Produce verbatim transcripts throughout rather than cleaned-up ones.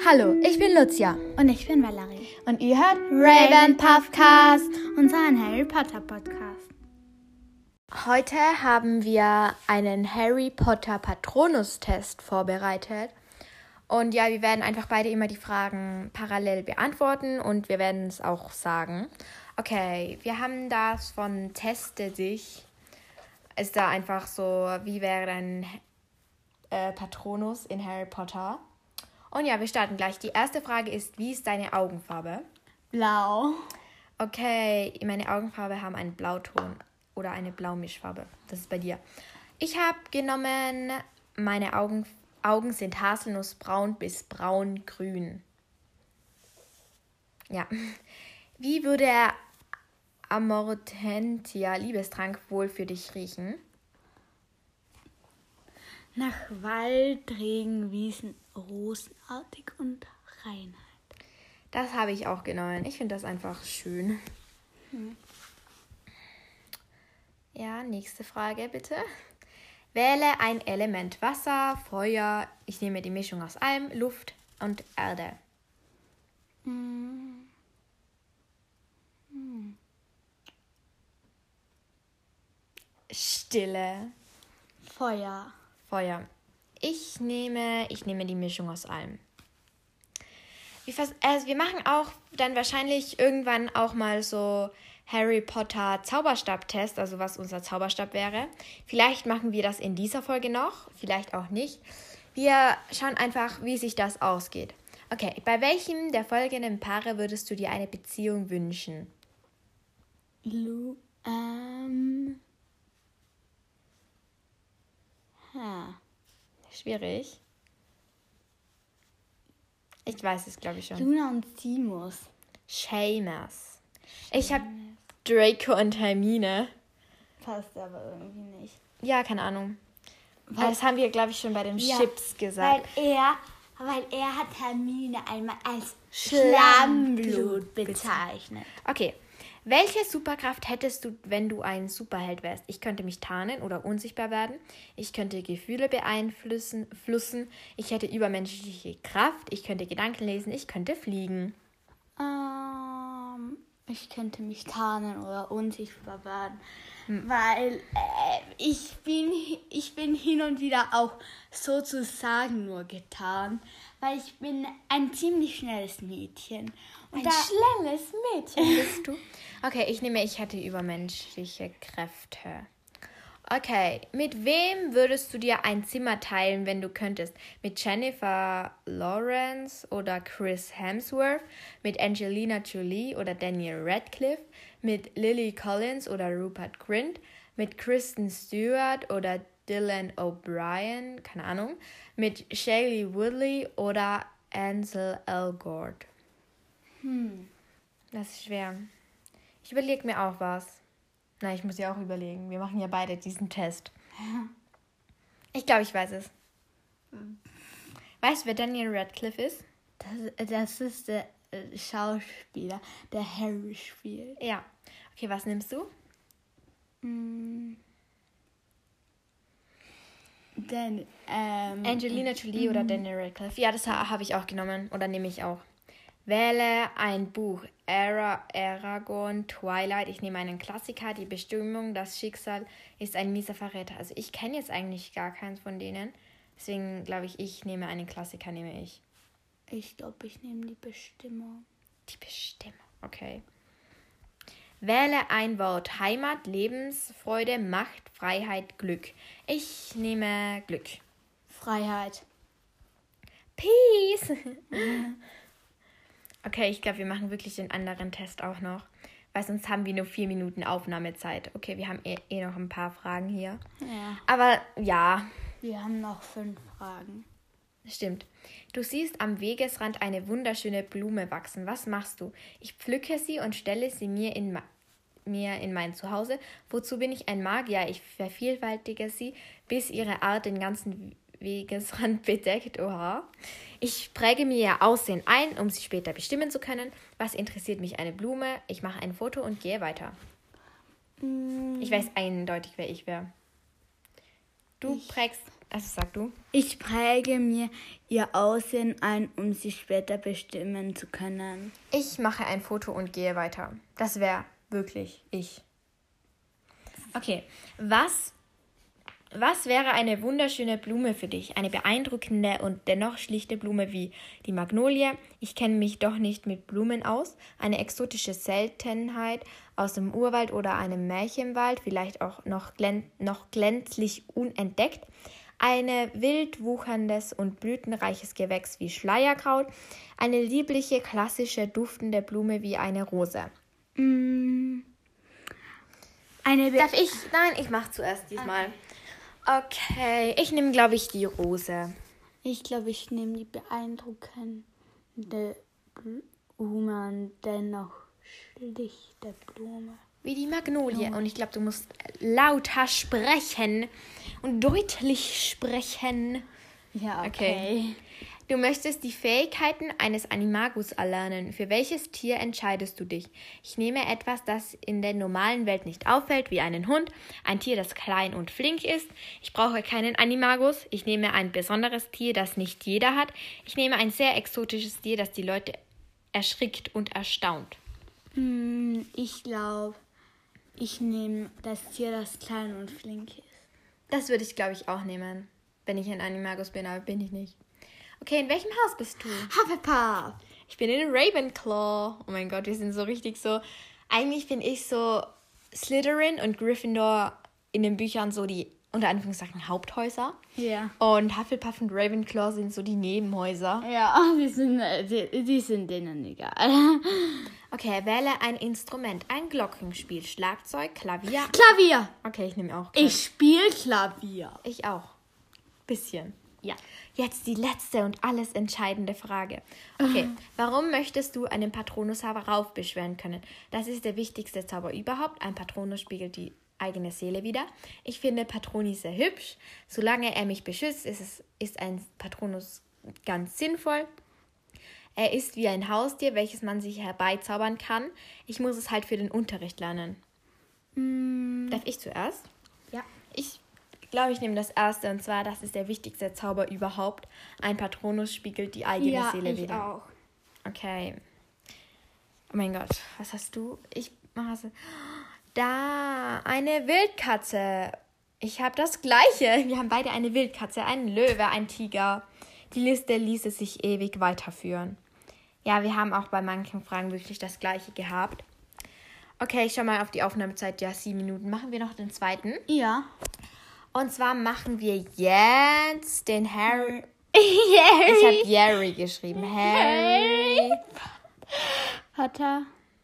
Hallo, ich bin Lucia. Und ich bin Valerie. Und ihr hört Raven Puffcast, unseren Harry Potter Podcast. Heute haben wir einen Harry Potter Patronus-Test vorbereitet. Und ja, wir werden einfach beide immer die Fragen parallel beantworten und wir werden es auch sagen. Okay, wir haben das von Teste dich. Ist da einfach so, wie wäre dein äh, Patronus in Harry Potter? Und ja, wir starten gleich. Die erste Frage ist, wie ist deine Augenfarbe? Blau. Okay, meine Augenfarbe haben einen Blauton oder eine Blaumischfarbe. Das ist bei dir. Ich habe genommen, meine Augen, Augen sind haselnussbraun bis braungrün. Ja. Wie würde der Amortentia Liebestrank wohl für dich riechen? Nach Wald, Regen, Wiesen, rosenartig und Reinheit. Das habe ich auch genommen. Ich finde das einfach schön. Hm. Ja, nächste Frage bitte. Wähle ein Element. Wasser, Feuer. Ich nehme die Mischung aus allem. Luft und Erde. Hm. Hm. Stille. Feuer. Feuer. Ich nehme, ich nehme die Mischung aus allem. Wir, vers- also wir machen auch dann wahrscheinlich irgendwann auch mal so Harry Potter Zauberstab-Test, also was unser Zauberstab wäre. Vielleicht machen wir das in dieser Folge noch, vielleicht auch nicht. Wir schauen einfach, wie sich das ausgeht. Okay, bei welchem der folgenden Paare würdest du dir eine Beziehung wünschen? Lu, ähm... Ha. Schwierig. Ich weiß es, glaube ich, schon. Luna und Seamus. Seamus. Ich habe Draco und Hermine. Passt aber irgendwie nicht. Ja, keine Ahnung. Weil, das haben wir, glaube ich, schon bei den ja, Chips gesagt. Weil er, weil er hat Hermine einmal als Schlammblut bezeichnet. Okay. Welche Superkraft hättest du, wenn du ein Superheld wärst? Ich könnte mich tarnen oder unsichtbar werden. Ich könnte Gefühle beeinflussen. Flussen. Ich hätte übermenschliche Kraft. Ich könnte Gedanken lesen. Ich könnte fliegen. Ähm, ich könnte mich tarnen oder unsichtbar werden. Hm. Weil äh, ich, bin, ich bin hin und wieder auch sozusagen nur getarnt. Weil ich bin ein ziemlich schnelles Mädchen. Und ein da, schnelles Mädchen bist du? Okay, ich nehme, ich hätte übermenschliche Kräfte. Okay, mit wem würdest du dir ein Zimmer teilen, wenn du könntest? Mit Jennifer Lawrence oder Chris Hemsworth? Mit Angelina Jolie oder Daniel Radcliffe? Mit Lily Collins oder Rupert Grint? Mit Kristen Stewart oder Dylan O'Brien? Keine Ahnung. Mit Shailene Woodley oder Ansel Elgort? Hm. Das ist schwer. Ich überlege mir auch was. Nein, ich muss ja auch überlegen. Wir machen ja beide diesen Test. Ich glaube, ich weiß es. Weißt du, wer Daniel Radcliffe ist? Das, das ist der Schauspieler, der Harry spielt. Ja. Okay, was nimmst du? Mm. Dan, ähm, Angelina Jolie mm. oder Daniel Radcliffe? Ja, das ha- habe ich auch genommen. Oder nehme ich auch. Wähle ein Buch. Ara- Aragorn, Twilight. Ich nehme einen Klassiker. Die Bestimmung, das Schicksal ist ein mieser Verräter. Also ich kenne jetzt eigentlich gar keins von denen. Deswegen glaube ich, ich nehme einen Klassiker, nehme ich. Ich glaube, ich nehme die Bestimmung. Die Bestimmung, okay. Wähle ein Wort. Heimat, Lebensfreude, Macht, Freiheit, Glück. Ich nehme Glück. Freiheit. Peace. Okay, ich glaube, wir machen wirklich den anderen Test auch noch. Weil sonst haben wir nur vier Minuten Aufnahmezeit. Okay, wir haben eh, eh noch ein paar Fragen hier. Ja. Aber ja. Wir haben noch fünf Fragen. Stimmt. Du siehst am Wegesrand eine wunderschöne Blume wachsen. Was machst du? Ich pflücke sie und stelle sie mir in, ma- mir in mein Zuhause. Wozu bin ich ein Magier? Ich vervielfältige sie, bis ihre Art den ganzen Wegesrand bedeckt. Oha. Ich präge mir ihr Aussehen ein, um sie später bestimmen zu können. Was interessiert mich eine Blume? Ich mache ein Foto und gehe weiter. Mm. Ich weiß eindeutig, wer ich wäre. Du ich. prägst Also sag du. Ich präge mir ihr Aussehen ein, um sie später bestimmen zu können. Ich mache ein Foto und gehe weiter. Das wäre wirklich ich. Okay, was, was wäre eine wunderschöne Blume für dich? Eine beeindruckende und dennoch schlichte Blume wie die Magnolie. Ich kenne mich doch nicht mit Blumen aus. Eine exotische Seltenheit aus dem Urwald oder einem Märchenwald, vielleicht auch noch, glän- noch glänzlich unentdeckt. Eine wild wucherndes und blütenreiches Gewächs wie Schleierkraut. Eine liebliche, klassische, duftende Blume wie eine Rose. Mm. Eine Be- Darf ich? Nein, ich mache zuerst diesmal. Okay, ich nehme, glaube ich, die Rose. Ich glaube, ich nehme die beeindruckende Blume und dennoch schlichte Blume. Wie die Magnolie. Und ich glaube, du musst lauter sprechen und deutlich sprechen. Ja, okay. Okay. Du möchtest die Fähigkeiten eines Animagus erlernen. Für welches Tier entscheidest du dich? Ich nehme etwas, das in der normalen Welt nicht auffällt, wie einen Hund. Ein Tier, das klein und flink ist. Ich brauche keinen Animagus. Ich nehme ein besonderes Tier, das nicht jeder hat. Ich nehme ein sehr exotisches Tier, das die Leute erschrickt und erstaunt. Hm, ich glaube, ich nehme das Tier, das klein und flink ist. Das würde ich, glaube ich, auch nehmen, wenn ich ein Animagus bin, aber bin ich nicht. Okay, in welchem Haus bist du? Hufflepuff. Ich bin in Ravenclaw. Oh mein Gott, wir sind so richtig so... Eigentlich bin ich so Slytherin und Gryffindor in den Büchern so die, unter Anführungszeichen, Haupthäuser. Ja. Und Hufflepuff und Ravenclaw sind so die Nebenhäuser. Ja, die sind, die, die sind denen egal. Okay, wähle ein Instrument. Ein Glockenspiel, Schlagzeug, Klavier. Klavier. Okay, ich nehme auch. Ich spiele Klavier. Ich auch. Bisschen. Ja. Jetzt die letzte und alles entscheidende Frage. Okay, warum möchtest du einen Patronus heraufbeschwören können? Das ist der wichtigste Zauber überhaupt. Ein Patronus spiegelt die eigene Seele wider. Ich finde Patronis sehr hübsch. Solange er mich beschützt, ist, es, ist ein Patronus ganz sinnvoll. Er ist wie ein Haustier, welches man sich herbeizaubern kann. Ich muss es halt für den Unterricht lernen. Mm. Darf ich zuerst? Ja. Ich glaube, ich nehme das erste, und zwar, das ist der wichtigste Zauber überhaupt. Ein Patronus spiegelt die eigene Ja, Seele ich wider. auch. Okay. Oh mein Gott, was hast du? Ich mache es. Da, eine Wildkatze. Ich habe das Gleiche. Wir haben beide eine Wildkatze, einen Löwe, einen Tiger. Die Liste ließe sich ewig weiterführen. Ja, wir haben auch bei manchen Fragen wirklich das Gleiche gehabt. Okay, ich schau mal auf die Aufnahmezeit. Ja, sieben Minuten. Machen wir noch den zweiten. Ja. Und zwar machen wir jetzt den Harry. Harry. Ich habe Harry geschrieben. Harry. Potter.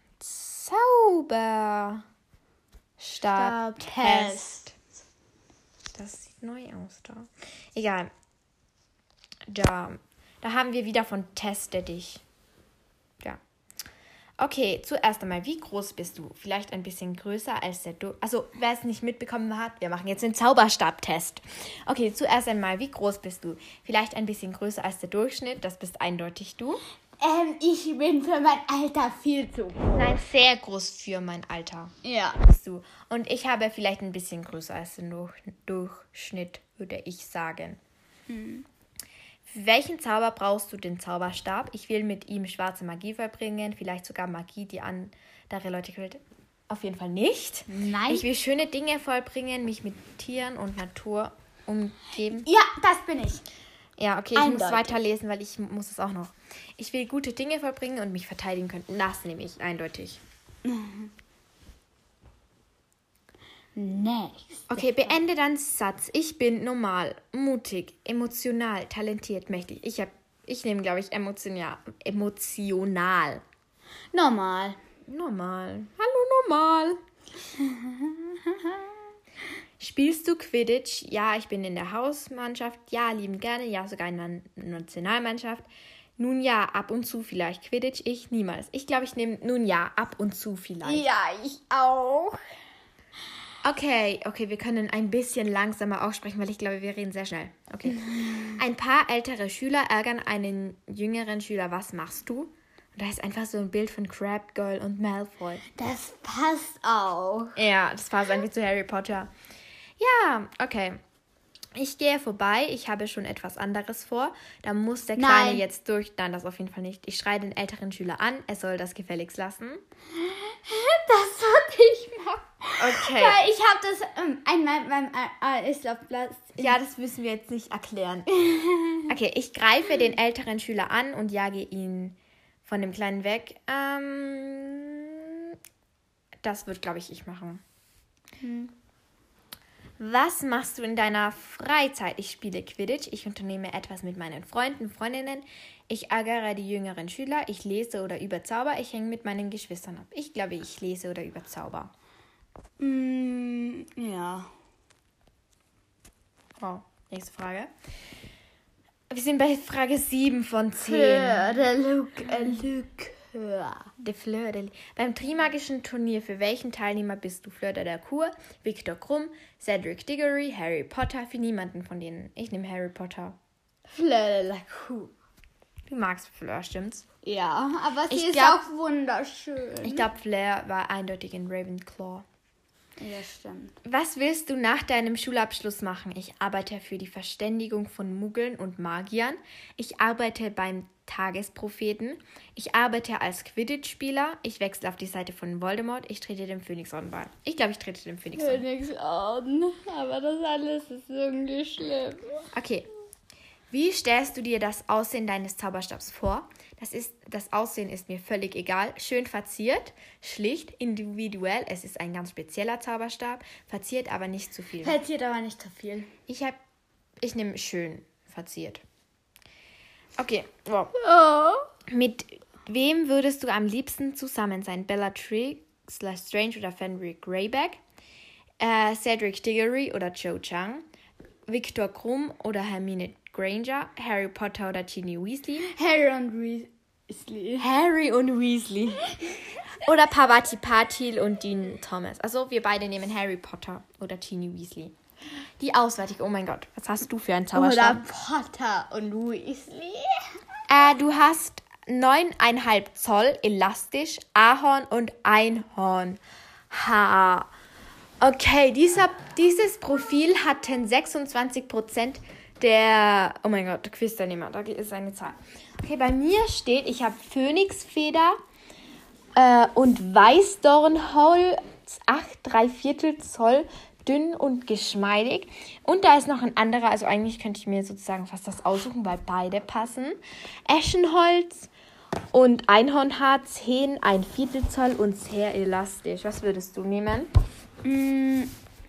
Zauberstab-Test. Das sieht neu aus da. Egal. Da. Da haben wir wieder von Teste dich. Ja. Okay, zuerst einmal, wie groß bist du? Vielleicht ein bisschen größer als der Du. Also, wer es nicht mitbekommen hat, wir machen jetzt den Zauberstab-Test. Okay, zuerst einmal, wie groß bist du? Vielleicht ein bisschen größer als der Durchschnitt, das bist eindeutig du. Ähm, ich bin für mein Alter viel zu groß. Nein, sehr groß für mein Alter Ja. bist du. Und ich habe vielleicht ein bisschen größer als den Durch- Durchschnitt, würde ich sagen. Hm. Für welchen Zauber brauchst du den Zauberstab? Ich will mit ihm schwarze Magie vollbringen, vielleicht sogar Magie, die andere Leute quält. Auf jeden Fall nicht. Nein. Ich will schöne Dinge vollbringen, mich mit Tieren und Natur umgeben. Ja, das bin ich. Ja, okay, ich Eindeutig. muss weiterlesen, weil ich muss es auch noch. Ich will gute Dinge vollbringen und mich verteidigen können. Das nehme ich eindeutig. Next. Okay, beende deinen Satz. Ich bin normal, mutig, emotional, talentiert, mächtig. Ich hab, ich nehme, glaube ich, emotional. Emotional. Normal. Normal. Hallo, normal. Spielst du Quidditch? Ja, ich bin in der Hausmannschaft. Ja, lieben gerne. Ja, sogar in der Nationalmannschaft. Nun ja, ab und zu vielleicht. Quidditch, ich niemals. Ich glaube, ich nehme nun ja, ab und zu vielleicht. Ja, ich auch. Okay, okay, wir können ein bisschen langsamer aussprechen, weil ich glaube, wir reden sehr schnell. Okay. Ein paar ältere Schüler ärgern einen jüngeren Schüler. Was machst du? Und da ist einfach so ein Bild von Crabbe Girl und Malfoy. Das passt auch. Ja, das passt einfach zu Harry Potter. Ja, okay. Ich gehe vorbei, ich habe schon etwas anderes vor. Da muss der Kleine Nein. jetzt durch. Nein, das auf jeden Fall nicht. Ich schreie den älteren Schüler an, er soll das gefälligst lassen. Das sollte ich machen. Okay. Weil ich habe das ähm, einmal beim Eislaufplatz. Ja, das müssen wir jetzt nicht erklären. Okay, ich greife den älteren Schüler an und jage ihn von dem Kleinen weg. Ähm, das wird, glaube ich, ich machen. Hm. Was machst du in deiner Freizeit? Ich spiele Quidditch, ich unternehme etwas mit meinen Freunden, Freundinnen, ich ärgere die jüngeren Schüler, ich lese oder überzauber, ich hänge mit meinen Geschwistern ab. Ich glaube, ich lese oder überzauber. Mm, ja. Wow, nächste Frage. Wir sind bei Frage sieben von zehn. Fleur de Luc, äh, Luc. De Fleur de Lis. Beim Trimagischen Turnier, für welchen Teilnehmer bist du? Fleur de la Cour, Victor Krumm, Cedric Diggory, Harry Potter? Für niemanden von denen. Ich nehme Harry Potter. Fleur de la Cour. Du magst Fleur, stimmt's? Ja, aber sie Ich ist glaub- auch wunderschön. Ich glaube, Fleur war eindeutig in Ravenclaw. Ja, stimmt. Was willst du nach deinem Schulabschluss machen? Ich arbeite für die Verständigung von Muggeln und Magiern. Ich arbeite beim Tagespropheten. Ich arbeite als Quidditch-Spieler. Ich wechsle auf die Seite von Voldemort. Ich trete dem Phönixorden bei. Ich glaube, ich trete dem Phönixorden. Königsorden. Aber das alles ist irgendwie schlimm. Okay. Wie stellst du dir das Aussehen deines Zauberstabs vor? Das, ist, das Aussehen ist mir völlig egal. Schön verziert, schlicht, individuell. Es ist ein ganz spezieller Zauberstab. Verziert, aber nicht zu viel. Verziert aber nicht zu viel. Ich hab, ich nehme schön verziert. Okay, wow. Oh. Mit wem würdest du am liebsten zusammen sein? Bellatrix, Strange oder Fenrir Greyback? Äh, Cedric Diggory oder Cho Chang? Victor Krumm oder Hermine Granger? Harry Potter oder Ginny Weasley? Harry und Weasley. Harry und Weasley. Oder Pavati Patil und Dean Thomas. Also wir beide nehmen Harry Potter oder Ginny Weasley. Die auswärtig. Oh mein Gott, was hast du für einen Zauberstab? Oder Potter und Weasley. Äh, du hast neuneinhalb Zoll elastisch, Ahorn und Einhorn. Ha. Okay, dieser, dieses Profil hatten sechsundzwanzig Prozent der... Oh mein Gott, Quizteilnehmer, da ist eine Zahl. Okay, bei mir steht, ich habe Phönixfeder äh, und Weißdornholz, acht, drei Viertel Zoll, dünn und geschmeidig. Und da ist noch ein anderer, also eigentlich könnte ich mir sozusagen fast das aussuchen, weil beide passen. Eschenholz und Einhornhaar, zehn, ein Viertel Zoll und sehr elastisch. Was würdest du nehmen? Mm,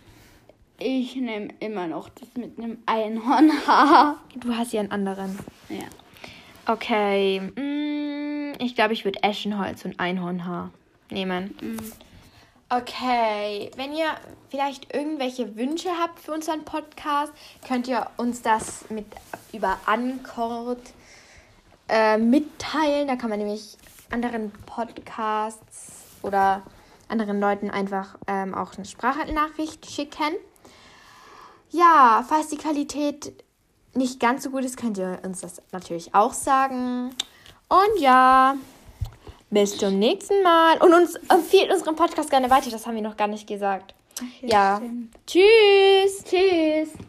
ich nehme immer noch das mit einem Einhornhaar. Du hast ja einen anderen. Ja. Okay, mm, ich glaube, ich würde Eschenholz und Einhornhaar nehmen. Mm. Okay, wenn ihr vielleicht irgendwelche Wünsche habt für unseren Podcast, könnt ihr uns das mit über Anchor äh, mitteilen. Da kann man nämlich anderen Podcasts oder anderen Leuten einfach ähm, auch eine Sprachnachricht schicken. Ja, falls die Qualität nicht ganz so gut ist, könnt ihr uns das natürlich auch sagen. Und ja, bis zum nächsten Mal. Und uns empfiehlt unseren Podcast gerne weiter. Das haben wir noch gar nicht gesagt. Ach, ja, Ja. stimmt. Tschüss. Tschüss.